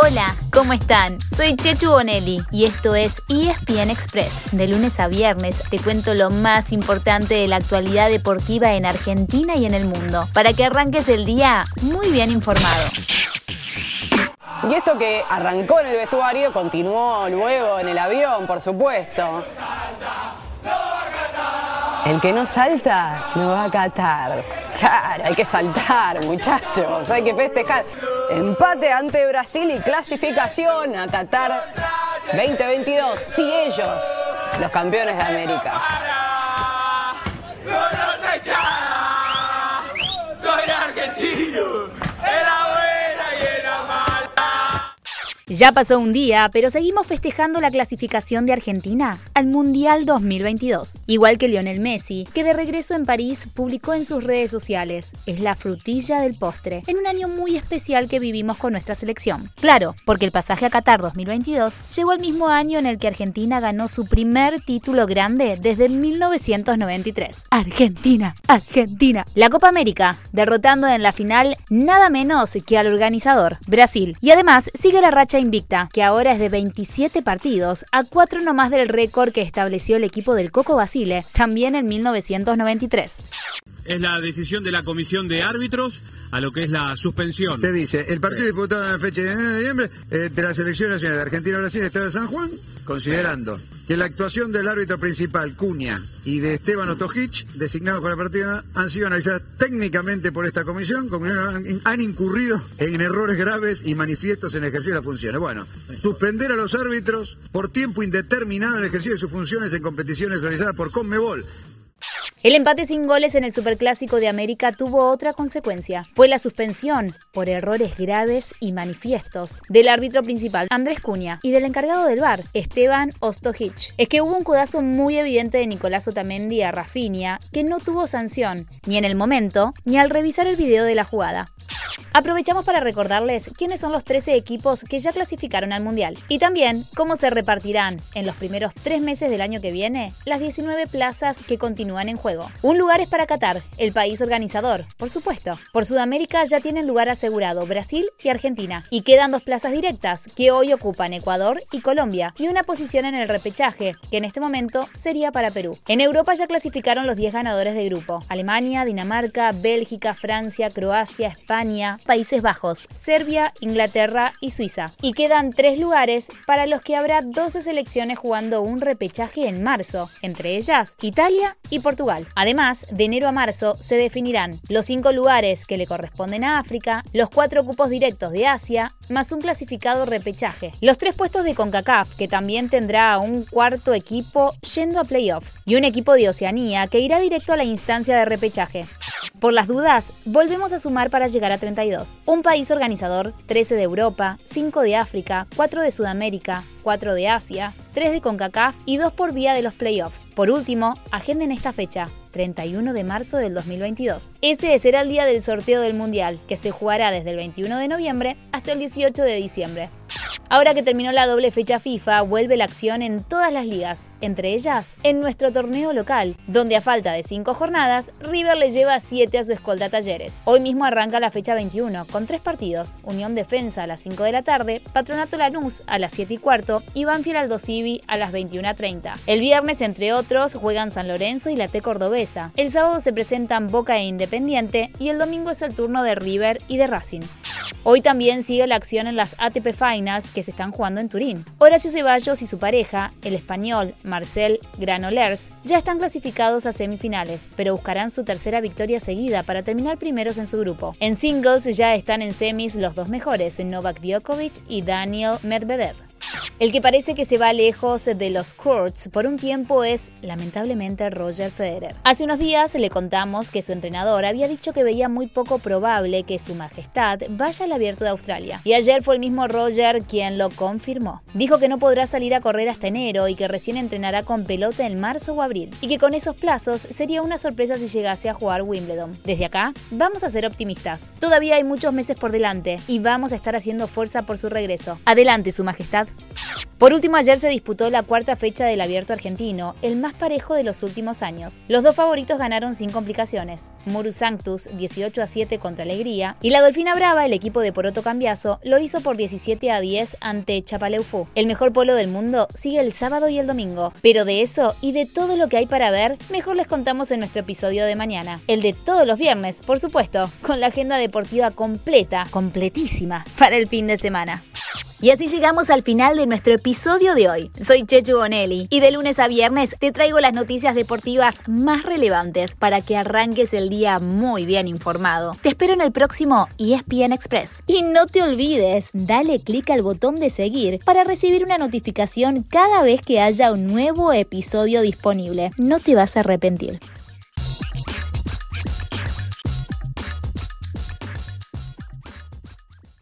Hola, ¿cómo están? Soy Chechu Bonelli y esto es ESPN Express. De lunes a viernes te cuento lo más importante de la actualidad deportiva en Argentina y en el mundo, para que arranques el día muy bien informado. Y esto que arrancó en el vestuario continuó luego en el avión, por supuesto. El que no salta no va a Qatar. Claro, hay que saltar, muchachos, hay que festejar. Empate ante Brasil y clasificación a Qatar 2022. Sí, ellos, los campeones de América. Soy argentino. Ya pasó un día, pero seguimos festejando la clasificación de Argentina al Mundial 2022. Igual que Lionel Messi, que de regreso en París publicó en sus redes sociales: es la frutilla del postre, en un año muy especial que vivimos con nuestra selección. Claro, porque el pasaje a Qatar 2022 llegó al mismo año en el que Argentina ganó su primer título grande desde 1993. Argentina, Argentina. La Copa América, derrotando en la final nada menos que al organizador, Brasil. Y además sigue la racha invicta, que ahora es de 27 partidos, a 4 nomás del récord que estableció el equipo del Coco Basile, también en 1993. Es la decisión de la comisión de árbitros a lo que es la suspensión. Te dice, el partido disputado en la fecha de noviembre de la selección nacional de Argentina-Brasil, Estado de San Juan, considerando que la actuación del árbitro principal, Cunha, y de Esteban Ostojic, designados para la partida, han sido analizadas técnicamente por esta comisión, han incurrido en errores graves y manifiestos en el ejercicio de las funciones. Bueno, suspender a los árbitros por tiempo indeterminado en el ejercicio de sus funciones en competiciones realizadas por Conmebol. El empate sin goles en el Superclásico de América tuvo otra consecuencia. Fue la suspensión, por errores graves y manifiestos, del árbitro principal, Andrés Cunha, y del encargado del VAR, Esteban Ostojic. Es que hubo un codazo muy evidente de Nicolás Otamendi a Rafinha, que no tuvo sanción, ni en el momento, ni al revisar el video de la jugada. Aprovechamos para recordarles quiénes son los 13 equipos que ya clasificaron al Mundial y también cómo se repartirán en los primeros 3 meses del año que viene las 19 plazas que continúan en juego. Un lugar es para Qatar, el país organizador, por supuesto. Por Sudamérica ya tienen lugar asegurado Brasil y Argentina y quedan 2 plazas directas que hoy ocupan Ecuador y Colombia y una posición en el repechaje que en este momento sería para Perú. En Europa ya clasificaron los 10 ganadores de grupo: Alemania, Dinamarca, Bélgica, Francia, Croacia, España, Países Bajos, Serbia, Inglaterra y Suiza. Y quedan 3 lugares para los que habrá 12 selecciones jugando un repechaje en marzo, entre ellas Italia y Portugal. Además, de enero a marzo se definirán los 5 lugares que le corresponden a África, los 4 cupos directos de Asia, más un clasificado repechaje, los 3 puestos de CONCACAF, que también tendrá un 4º equipo yendo a playoffs, y un equipo de Oceanía que irá directo a la instancia de repechaje. Por las dudas, volvemos a sumar para llegar a 32. Un país organizador, 13 de Europa, 5 de África, 4 de Sudamérica, 4 de Asia, 3 de CONCACAF y 2 por vía de los playoffs. Por último, agenden esta fecha, 31 de marzo del 2022. Ese será el día del sorteo del Mundial, que se jugará desde el 21 de noviembre hasta el 18 de diciembre. Ahora que terminó la doble fecha FIFA, vuelve la acción en todas las ligas, entre ellas en nuestro torneo local, donde a falta de 5 jornadas, River le lleva 7 a su escolta Talleres. Hoy mismo arranca la fecha 21, con 3 partidos: Unión Defensa a las 5 de la tarde, Patronato Lanús a las 7:15 y Banfield Aldo Civi a las 21:30. El viernes, entre otros, juegan San Lorenzo y la T Cordobesa. El sábado se presentan Boca e Independiente y el domingo es el turno de River y de Racing. Hoy también sigue la acción en las ATP Finals que se están jugando en Turín. Horacio Ceballos y su pareja, el español Marcel Granollers, ya están clasificados a semifinales, pero buscarán su tercera victoria seguida para terminar primeros en su grupo. En singles ya están en semis los 2 mejores, Novak Djokovic y Daniil Medvedev. El que parece que se va lejos de los courts por un tiempo es, lamentablemente, Roger Federer. Hace unos días le contamos que su entrenador había dicho que veía muy poco probable que su majestad vaya al Abierto de Australia. Y ayer fue el mismo Roger quien lo confirmó. Dijo que no podrá salir a correr hasta enero y que recién entrenará con pelota en marzo o abril. Y que con esos plazos sería una sorpresa si llegase a jugar Wimbledon. Desde acá, vamos a ser optimistas. Todavía hay muchos meses por delante y vamos a estar haciendo fuerza por su regreso. Adelante, su majestad. Por último, ayer se disputó la cuarta fecha del Abierto Argentino, el más parejo de los últimos años. Los dos favoritos ganaron sin complicaciones. Muru Sanctus 18-7 contra Alegría y la Dolfina Brava, el equipo de Poroto Cambiaso, lo hizo por 17-10 ante Chapaleufú. El mejor polo del mundo sigue el sábado y el domingo, pero de eso y de todo lo que hay para ver, mejor les contamos en nuestro episodio de mañana. El de todos los viernes, por supuesto, con la agenda deportiva completa, completísima, para el fin de semana. Y así llegamos al final de nuestro episodio de hoy. Soy Chechu Bonelli y de lunes a viernes te traigo las noticias deportivas más relevantes para que arranques el día muy bien informado. Te espero en el próximo ESPN Express. Y no te olvides, dale clic al botón de seguir para recibir una notificación cada vez que haya un nuevo episodio disponible. No te vas a arrepentir.